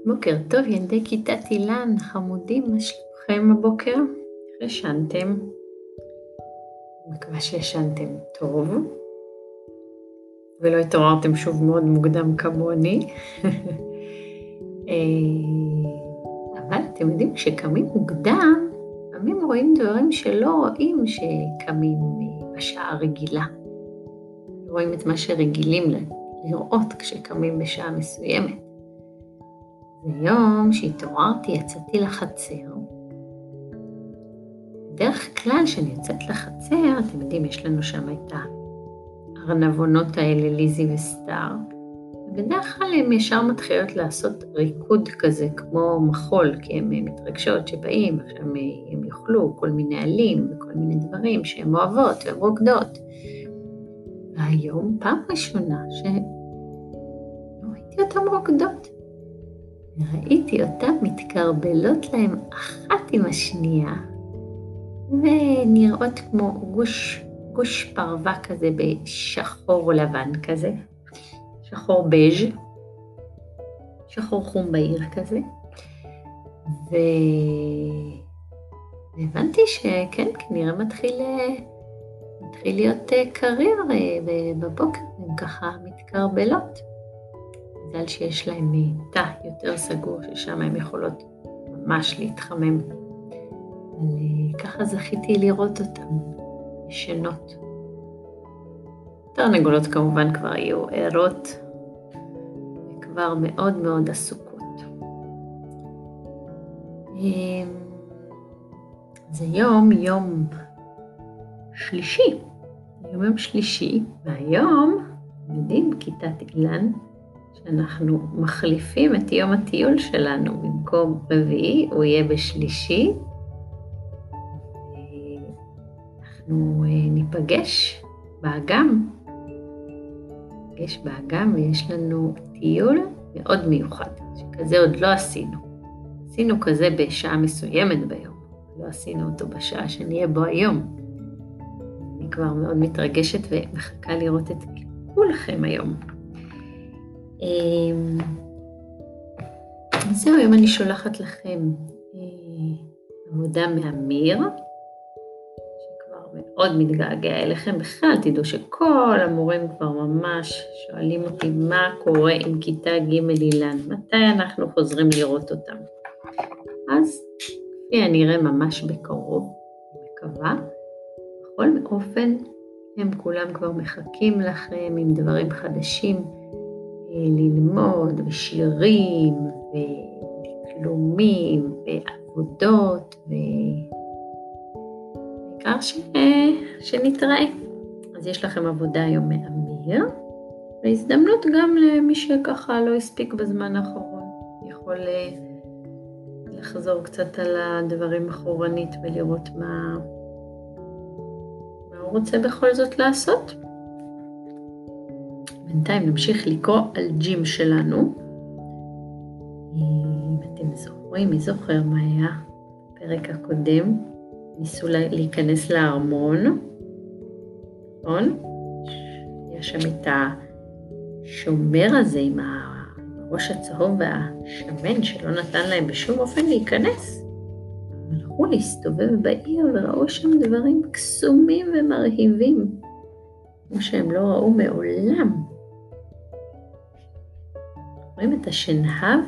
בוקר טוב, ילדי כיתת אילן, חמודים, מה שלומכם הבוקר? איך ישנתם? מקווה שישנתם טוב, ולא התעוררתם שוב מאוד מוקדם כמוני. אבל אתם יודעים, כשקמים מוקדם, לפעמים רואים דברים שלא רואים שקמים בשעה רגילה. רואים את מה שרגילים לראות כשקמים בשעה מסוימת. ביום שהתעוררתי יצאתי לחצר. בדרך כלל כשאני יוצאת לחצר, אתם יודעים, יש לנו שם את הארנבונות האלה, ליזי וסטאר. ובדרך כלל הן ישר מתחילות לעשות ריקוד כזה, כמו מחול, כי הן מתרגשות שבאים, עכשיו הם יאכלו כל מיני עלים וכל מיני דברים שהן אוהבות והן רוקדות. והיום פעם ראשונה שראיתי אותן רוקדות. ראיתי אותן מתקרבלות להם אחת עם השנייה, ונראות כמו גוש פרווה כזה בשחור לבן כזה, שחור בז', שחור חום בהיר כזה, והבנתי שכן, כנראה מתחיל להיות קריר בבוקר, הן ככה מתקרבלות. בגלל שיש להם תא יותר סגור, ששם הן יכולות ממש להתחמם. ככה זכיתי לראות אותן, ישנות. תרנגולות כמובן כבר היו ערות, וכבר מאוד מאוד עסוקות. זה יום שלישי, יום שלישי, והיום, יודעים, כיתת אילן, שאנחנו מחליפים את יום הטיול שלנו, במקום רביעי הוא יהיה בשלישי, אנחנו ניפגש באגם, ויש לנו טיול מאוד מיוחד, שכזה עוד לא עשינו. עשינו כזה בשעה מסוימת ביום, לא עשינו אותו בשעה שנהיה בו היום. אני כבר מאוד מתרגשת ומחכה לראות את כולכם היום. זהו, היום אני שולחת לכם עבודה מאמיר, שכבר מאוד מתגעגע אליכם. בכלל תדעו שכל המורים כבר ממש שואלים אותי מה קורה עם כיתה ג' אילן, מתי אנחנו חוזרים לראות אותם. אז כפי הנראה ממש בקרוב, מקווה. בכל אופן, הם כולם כבר מחכים לכם עם דברים חדשים, ללמוד ושירים ודקלומים ועבודות בעיקר שנתראה. אז יש לכם עבודה היום מאמיר, והזדמנות גם למי שככה לא הספיק בזמן האחרון, יכול לחזור קצת על הדברים אחורנית ולראות מה הוא רוצה בכל זאת לעשות. בינתיים נמשיך לקרוא על ג'ים שלנו. אם אתם זוכרים, מי זוכר מה היה בפרק הקודם? ניסו להיכנס לארמון, נכון? יש שם את השומר הזה עם הראש הצהוב והשמן שלא נתן להם בשום אופן להיכנס. הלכו להסתובב בעיר וראו שם דברים קסומים ומרהיבים, כמו שהם לא ראו מעולם. רואים את השנהב,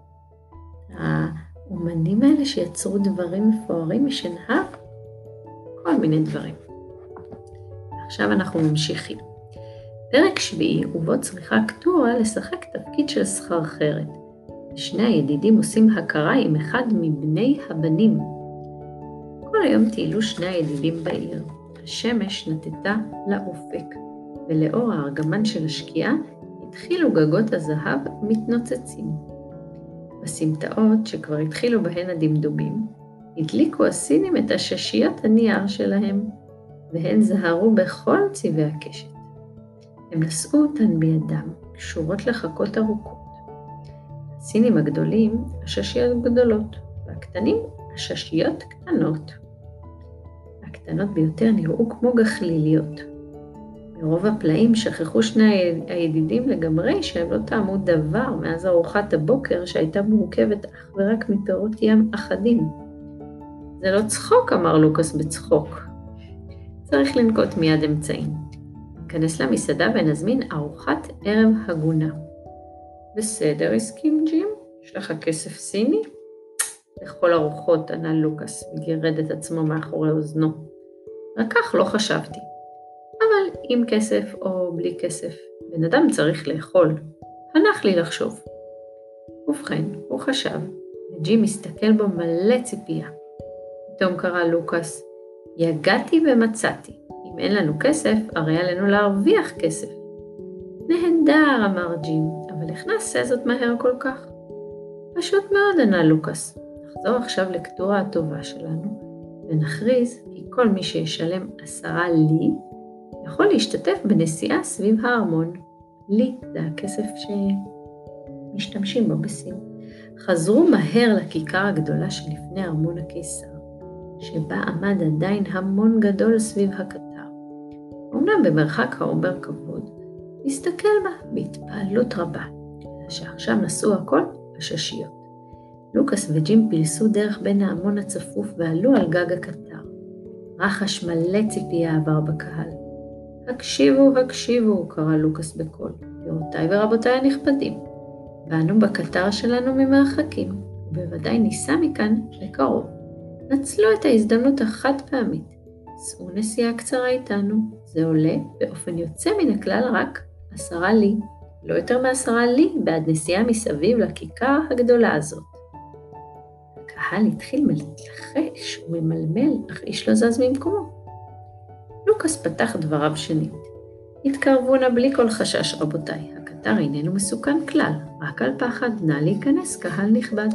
האומנים האלה שיצרו דברים מפוארים משנהב, כל מיני דברים. עכשיו אנחנו ממשיכים. פרק שביעי, ובו צריכה קטורה לשחק תפקיד של סחרחרת. שני הידידים עושים הכרה עם אחד מבני הבנים. כל היום טיילו שני הידידים בעיר. השמש נטטה לאופק, ולאור הארגמן של השקיעה התחילו גגות הזהב מתנוצצים. בסמטאות שכבר התחילו בהן הדמדומים, הדליקו הסינים את הששיות הנייר שלהם, והן זהרו בכל צבעי הקשת. הם נשאו אותן בידם, קשורות לחכות ארוכות. הסינים הגדולים, הששיות גדולות, והקטנים, הששיות קטנות. הקטנות ביותר נראו כמו גחליליות. מרוב הפלאים שכחו שני הידידים לגמרי שהם לא טעמו דבר מאז ארוחת הבוקר שהייתה מורכבת אך ורק מפירות ים אחדים. זה לא צחוק, אמר לוקאס בצחוק. צריך לנקוט מיד אמצעים. ניכנס למסעדה ונזמין ארוחת ערב הגונה. בסדר, הסכים ג'ים? יש לך כסף סיני? לכל הרוחות, ענה לוקאס, וגירד את עצמו מאחורי אוזנו. רק כך לא חשבתי. אבל עם כסף או בלי כסף, בן אדם צריך לאכול. הנח לי לחשוב. ובכן, הוא חשב, וג'ים הסתכל בו מלא ציפייה. פתאום קרא לוקאס, יגעתי ומצאתי. אם אין לנו כסף, הרי עלינו להרוויח כסף. נהדר, אמר ג'ים, אבל איך נעשה זאת מהר כל כך? פשוט מאוד, ענה לוקאס. נחזור עכשיו לקטורה הטובה שלנו, ונכריז כי כל מי שישלם 10 לי, יכול להשתתף בנסיעה סביב הארמון. לי זה הכסף שמשתמשים בו בסין. חזרו מהר לכיכר הגדולה שלפני ארמון הקיסר, שבה עמד עדיין המון גדול סביב הקטר. אמנם במרחק העובר כבוד, הסתכל בה בהתפעלות רבה, אלא שעכשיו נסעו הכל בששיות. לוקאס וג'ים פילסו דרך בין ההמון הצפוף ועלו על גג הקטר. רחש מלא ציפייה עבר בקהל. הקשיבו, הקשיבו, קרא לוקאס בקול. גבירותיי ורבותיי הנכבדים, באנו בקטר שלנו ממרחקים, ובוודאי ניסע מכאן לקרוב. נצלו את ההזדמנות החד פעמית. צאו נסיעה קצרה איתנו, זה עולה באופן יוצא מן הכלל רק 10 לי, לא יותר מ10 לי בעד נסיעה מסביב לכיכר הגדולה הזאת. הקהל התחיל להתלחש וממלמל, אך איש לא זז ממקומו. לוקאס פתח דבריו שנית. התקרבו נא בלי כל חשש רבותיי, הקטר איננו מסוכן כלל, רק על פחד נא להיכנס קהל נכבד.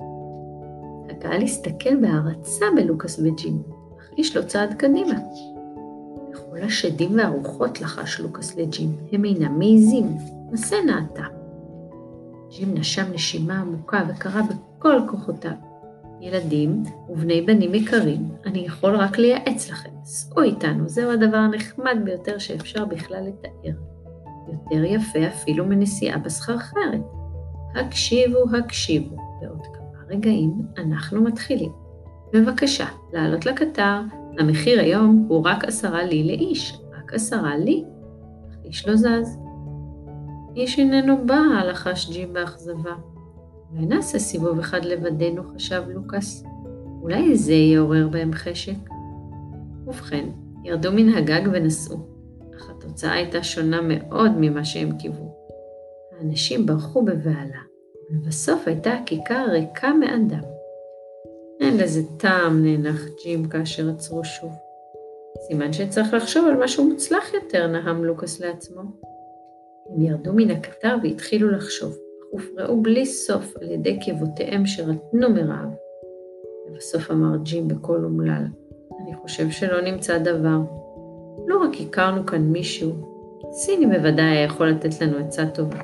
הקהל הסתכל בהערצה בלוקאס וג'ים, אך איש לא צעד קדימה. בכל השדים והרוחות לחש לוקאס לג'ים, הם אינם מעיזים, נסה נא אתה. ג'ים נשם נשימה עמוקה וקרא בכל כוחותיו. ילדים ובני בנים יקרים, אני יכול רק לייעץ לכם, סעו איתנו, זהו הדבר הנחמד ביותר שאפשר בכלל לתאר. יותר יפה אפילו מנסיעה בסחרחרת. הקשיבו, הקשיבו, בעוד כמה רגעים אנחנו מתחילים. בבקשה, לעלות לקטר, המחיר היום הוא רק 10 לי לאיש, רק 10 לי. אך איש לא זז. איש איננו בא, לחש ג'ים באכזבה. אולי נעשה סיבוב אחד לבדנו, חשב לוקאס. אולי זה יעורר בהם חשק. ובכן, ירדו מן הגג ונסעו, אך התוצאה הייתה שונה מאוד ממה שהם קיוו. האנשים ברחו בבהלה, ובסוף הייתה הכיכר ריקה מאדם. אין לזה טעם, נאנח ג'ים כאשר עצרו שוב. סימן שצריך לחשוב על משהו מוצלח יותר, נהם לוקאס לעצמו. הם ירדו מן הקטר והתחילו לחשוב. הופרעו בלי סוף על ידי קיבותיהם שרתנו מרעב. ובסוף אמר ג'ים בקול אומלל, אני חושב שלא נמצא דבר. לא רק הכרנו כאן מישהו, סיני בוודאי היה יכול לתת לנו עצה טובה.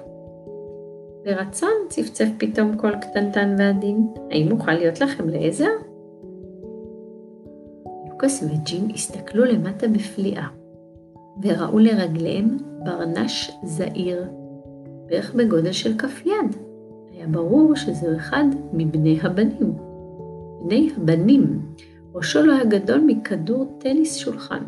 ברצון צפצף פתאום קול קטנטן ועדין, האם אוכל להיות לכם לעזר? לוקאס וג'ים הסתכלו למטה בפליאה, וראו לרגליהם ברנש זעיר, בערך בגודל של כף יד. היה ברור שזהו אחד מבני הבנים. בני הבנים, ראשו לא היה גדול מכדור טניס שולחן.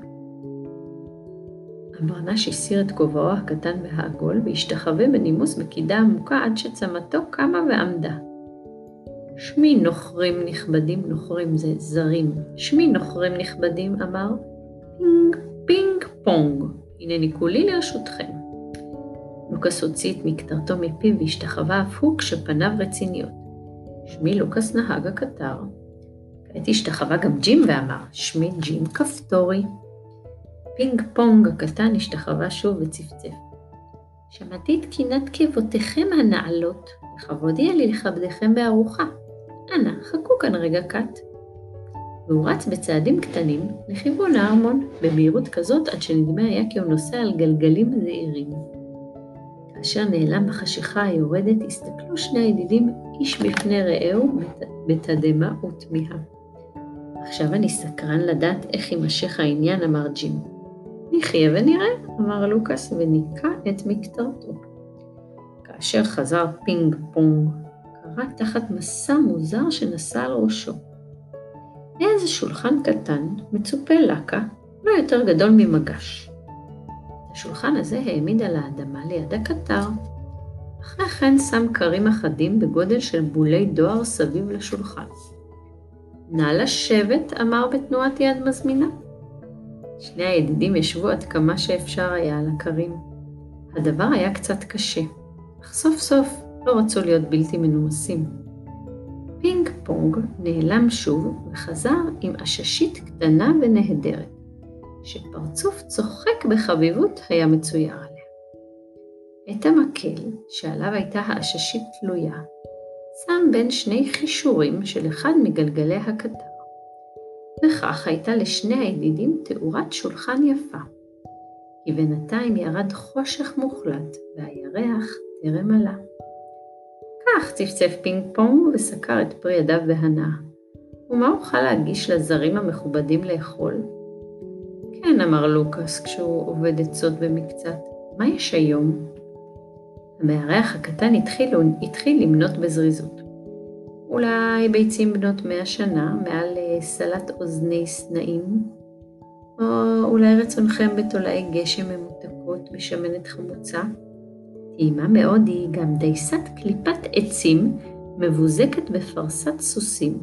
הברנש הסיר את כובעו הקטן והעגול והשתחווה בנימוס בקידה עמוקה עד שצמתו קמה ועמדה. שמי נוכרים נכבדים, נוכרים זה זרים. שמי נוכרים נכבדים, אמר, פינג פינג פונג, הנני כולי לרשותכם. לוקאס הוציא את מקטרתו מפיו והשתחווה אף הוא כשפניו רציניות. שמי לוקאס נהג הקטר. כעת השתחווה גם ג'ים ואמר, שמי ג'ים כפתורי. פינג פונג הקטן השתחווה שוב וצפצף. שמעתי את קינת קיבותיכם הנעלות, לכבוד יהיה לי לכבדכם בארוחה. אנא, חכו כאן רגע קט. והוא רץ בצעדים קטנים לכיוון הארמון, במהירות כזאת עד שנדמה היה כי הוא נוסע על גלגלים זעירים. כאשר נעלם בחשיכה היורדת, הסתכלו שני הידידים איש בפני רעהו בתדהמה ותמיהה. עכשיו אני סקרן לדעת איך יימשך העניין, אמר ג'ים. נחיה ונראה, אמר לוקאס וניקה את מקטרתו. כאשר חזר פינג פונג, קרא תחת מסע מוזר שנשא על ראשו. איזה שולחן קטן, מצופה לקה, לא יותר גדול ממגש. את השולחן הזה העמיד על האדמה ליד הקטר. אחרי כן שם קרים אחדים בגודל של בולי דואר סביב לשולחן. נא לשבת, אמר בתנועת יד מזמינה. שני הידידים ישבו עד כמה שאפשר היה על הקרים. הדבר היה קצת קשה, אך סוף סוף לא רצו להיות בלתי מנומסים. פינג פונג נעלם שוב וחזר עם עששית קטנה ונהדרת, שפרצוף צוחק בחביבות היה מצויר עליה. את המקל, שעליו הייתה העששית תלויה, שם בין שני חישורים של אחד מגלגלי הקטר. וכך הייתה לשני הידידים תאורת שולחן יפה, כי בינתיים ירד חושך מוחלט והירח טרם עלה. כך צפצף פינג פונג וסקר את פרי ידיו בהנאה. ומה אוכל להגיש לזרים המכובדים לאכול? כן, אמר לוקאס כשהוא עובד עצות במקצת. מה יש היום? המארח הקטן התחיל למנות בזריזות. אולי ביצים בנות 100 שנה מעל סלט אוזני סנאים, או אולי רצונכם בתולעי גשם ממותקות בשמנת חמוצה. טעימה מאוד היא גם דייסת קליפת עצים מבוזקת בפרסת סוסים.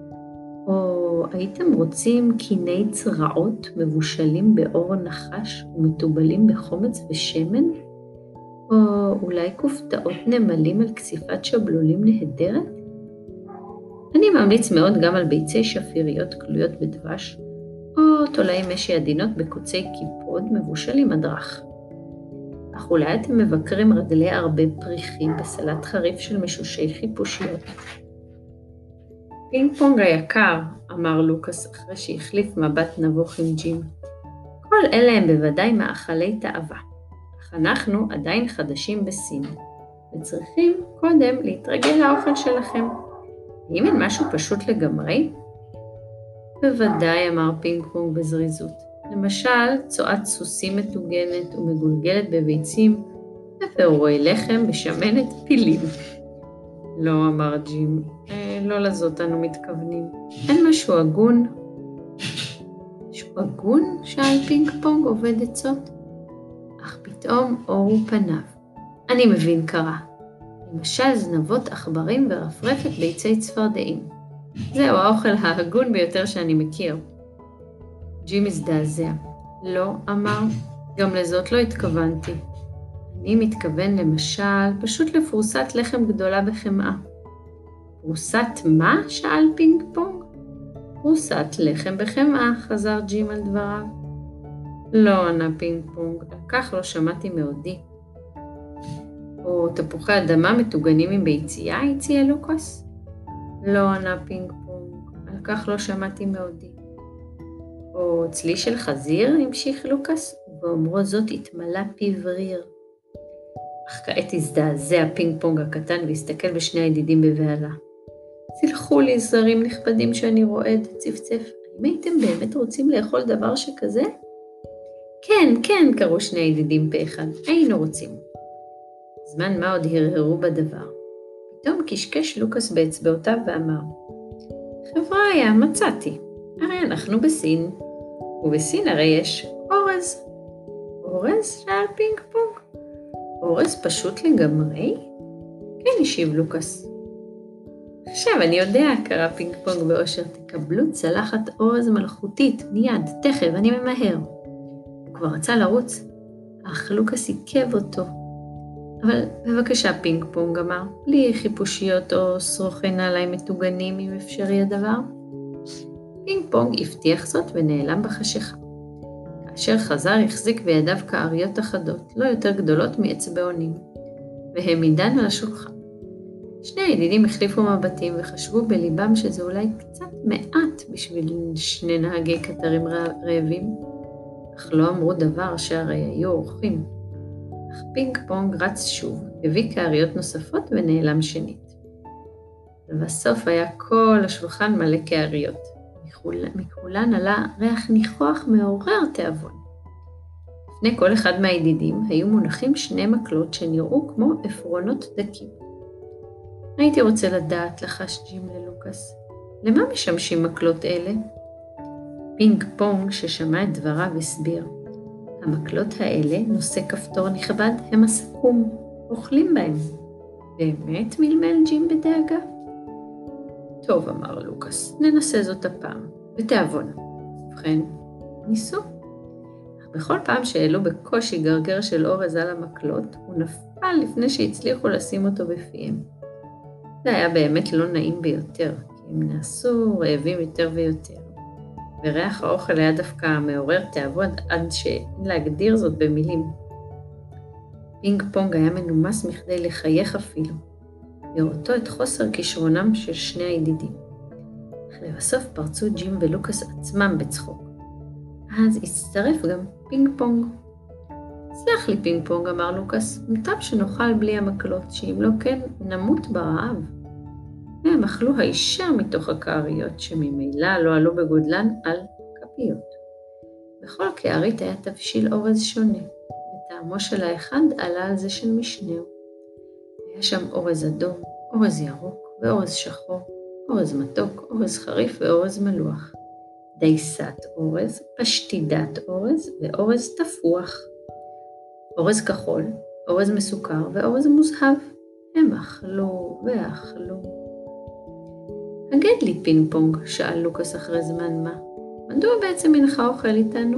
או הייתם רוצים קיני צרעות מבושלים באור נחש ומטובלים בחומץ ושמן? או אולי כופתאות נמלים על קציפת שבלולים נהדרת? אני ממליץ מאוד גם על ביצי שפיריות כלויות בדבש, או תולעי משי עדינות בקוצי קיפוד מבושלים הדרך. אך אולי אתם מבקרים רגלי הרבה פריחים בסלט חריף של משושי חיפושיות. פינג פונג היקר, אמר לוקאס אחרי שהחליף מבט נבוך עם ג'ים. כל אלה הם בוודאי מאכלי תאווה, אך אנחנו עדיין חדשים בסין, וצריכים קודם להתרגל לאוכל שלכם. האם אין משהו פשוט לגמרי? בוודאי, אמר פינג פונג בזריזות. למשל, צואת סוסים מטוגנת ומגולגלת בביצים, ופירורי לחם בשמנת פילים. לא, אמר ג'ים, לא לזאת אנו מתכוונים. אין משהו הגון. משהו הגון? שאל פינג פונג עובד עצות. אך פתאום אורו פניו. אני מבין קרה. למשל זנבות עכברים ורפרפת ביצי צפרדעים. זהו האוכל ההגון ביותר שאני מכיר. ג'ים הזדעזע. לא, אמר, גם לזאת לא התכוונתי. אני מתכוון למשל פשוט לפרוסת לחם גדולה בחמאה. פרוסת מה? שאל פינג פונג. פרוסת לחם בחמאה, חזר ג'ים על דבריו. לא, ענה פינג פונג, על כך לא שמעתי מעודי. או תפוחי אדמה מטוגנים עם ביצייה, הציע לוקאס? לא, ענה פינג פונג, על כך לא שמעתי מעודי. או צלי של חזיר, המשיך לוקאס, ואומרו זאת התמלא פיו ריר. אך כעת הזדעזע פינג פונג הקטן והסתכל בשני הידידים בבהלה. סלחו לי, זרים נכבדים שאני רועד, צפצף, האם הייתם באמת רוצים לאכול דבר שכזה? כן, כן, קראו שני הידידים פה אחד, היינו רוצים. זמן מה עוד הרהרו בדבר. פתאום קשקש לוקאס באצבעותיו ואמר, חבריה, מצאתי, הרי אנחנו בסין, ובסין הרי יש אורז. אורז? שאל פינג פונג. אורז פשוט לגמרי? כן, השיב לוקאס. עכשיו אני יודע, קרא פינג פונג באושר, תקבלו צלחת אורז מלכותית, מיד, תכף, אני ממהר. הוא כבר רצה לרוץ, אך לוקאס עיכב אותו. אבל בבקשה פינג פונג אמר, בלי חיפושיות או שרוכי נעליים מטוגנים אם אפשרי הדבר. פינג פונג הבטיח זאת ונעלם בחשיכה. כאשר חזר החזיק בידיו כאריות אחדות, לא יותר גדולות מאצבעונים, והעמידן על השולחן. שני הידידים החליפו מבטים וחשבו בליבם שזה אולי קצת מעט בשביל שני נהגי קטרים רעבים, אך לא אמרו דבר שהרי היו אורחים. אך פינג פונג רץ שוב, הביא כאריות נוספות ונעלם שנית. ובסוף היה כל השולחן מלא כאריות. מכולן עלה ריח ניחוח מעורר תיאבון. לפני כל אחד מהידידים היו מונחים 2 מקלות שנראו כמו עפרונות דקים. הייתי רוצה לדעת, לחש ג'ים ללוקאס, למה משמשים מקלות אלה? פינג פונג ששמע את דבריו הסביר. המקלות האלה, נושא כפתור נכבד, הם הסכו"ם, אוכלים בהם. באמת? מלמל ג'ים בדאגה. טוב, אמר לוקאס, ננסה זאת הפעם, בתיאבון. ובכן, ניסו. אך בכל פעם שהעלו בקושי גרגר של אורז על המקלות, הוא נפל לפני שהצליחו לשים אותו בפיהם. זה היה באמת לא נעים ביותר, כי הם נעשו רעבים יותר ויותר. וריח האוכל היה דווקא מעורר תיאבון עד שאין להגדיר זאת במילים. פינג פונג היה מנומס מכדי לחייך אפילו, לראותו את חוסר כישרונם של 2 הידידים. אך לבסוף פרצו ג'ים ולוקאס עצמם בצחוק. אז הצטרף גם פינג פונג. סלח לי פינג פונג, אמר לוקאס, מוטב שנאכל בלי המקלות, שאם לא כן נמות ברעב. הם אכלו הישר מתוך הקעריות, שממילא לא עלו בגודלן על כפיות. בכל קערית היה תבשיל אורז שונה, וטעמו של האחד עלה על זה של משנהו. היה שם אורז אדום, אורז ירוק ואורז שחור, אורז מתוק, אורז חריף ואורז מלוח. דייסת אורז, פשטידת אורז ואורז תפוח. אורז כחול, אורז מסוכר ואורז מוזהב. הם אכלו ואכלו. הגד לי פינג פונג, שאל לוקאס אחרי זמן מה. מדוע בעצם אינך אוכל איתנו?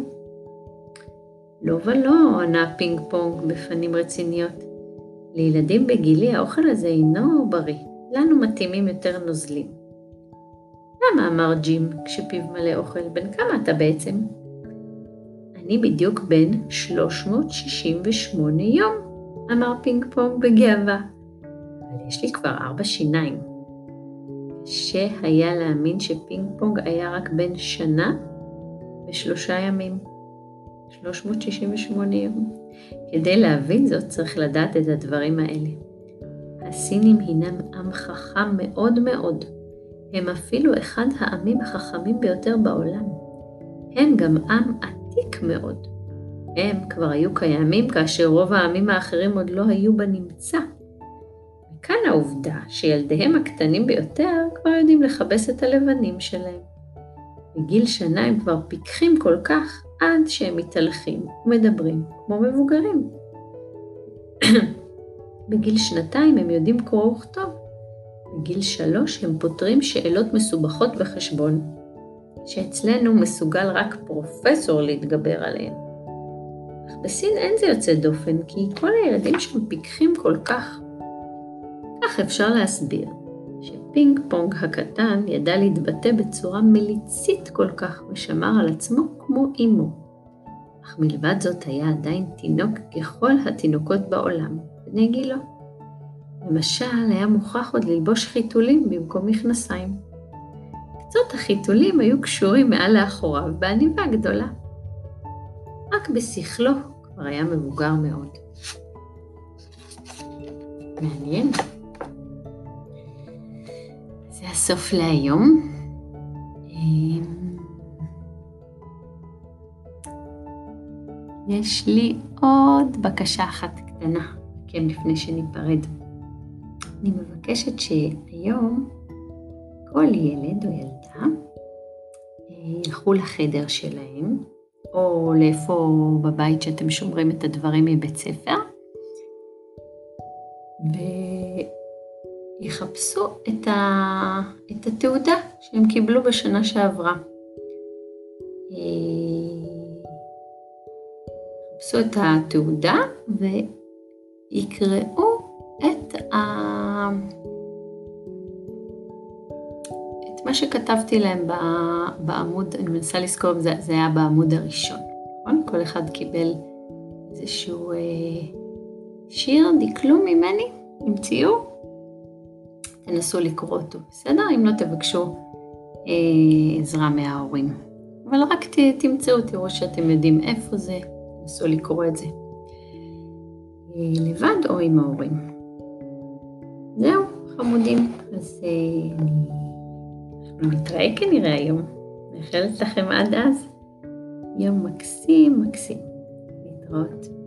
לא ולא, ענה פינג פונג בפנים רציניות. לילדים בגילי האוכל הזה אינו בריא, לנו מתאימים יותר נוזלים. למה? אמר ג'ים כשפיו מלא אוכל, בן כמה אתה בעצם? אני בדיוק בן 368 יום, אמר פינג פונג בגאווה. אבל יש לי כבר 4 שיניים. שהיה להאמין שפינג פונג היה רק בן שנה ו3 ימים. 368 יום. כדי להבין זאת צריך לדעת את הדברים האלה. הסינים הינם עם חכם מאוד מאוד. הם אפילו אחד העמים החכמים ביותר בעולם. הם גם עם עתיק מאוד. הם כבר היו קיימים כאשר רוב העמים האחרים עוד לא היו בנמצא. וכאן העובדה שילדיהם הקטנים ביותר כבר יודעים לחבש את הלבנים שלהם. בגיל שנה הם כבר פיקחים כל כך עד שהם מתהלכים ומדברים כמו מבוגרים. בגיל 2 הם יודעים קרוא וכתוב. בגיל 3 הם פותרים שאלות מסובכות בחשבון, שאצלנו מסוגל רק פרופסור להתגבר עליהן. אך בסין אין זה יוצא דופן, כי כל הילדים שם פיקחים כל כך. כך אפשר להסביר שפינג פונג הקטן ידע להתבטא בצורה מליצית כל כך ושמר על עצמו כמו אמו. אך מלבד זאת היה עדיין תינוק ככל התינוקות בעולם, בני גילו. למשל, היה מוכרח עוד ללבוש חיתולים במקום מכנסיים. קצות החיתולים היו קשורים מעל לאחוריו בעניבה גדולה. רק בשכלו כבר היה מבוגר מאוד. מעניין. זה הסוף להיום. יש לי עוד בקשה אחת קטנה, כן, לפני שניפרד. אני מבקשת שהיום כל ילד או ילדה ילכו לחדר שלהם, או לאיפה בבית שאתם שומרים את הדברים מבית ספר, ויחפשו את התעודה שהם קיבלו בשנה שעברה. יחפשו את התעודה ויקראו את מה שכתבתי להם בעמוד, אני מנסה לזכור אם זה היה בעמוד הראשון, נכון? כל אחד קיבל איזשהו שיר, דקלום ממני, עם ציור, תנסו לקרוא אותו, בסדר? אם לא תבקשו עזרה מההורים, אבל רק תמצאו, תראו שאתם יודעים איפה זה, תנסו לקרוא את זה, לבד או עם ההורים. זהו, חמודים, אז אנחנו נתראה כנראה היום. מאחלת לכם עד אז יום מקסים מקסים. להתראות.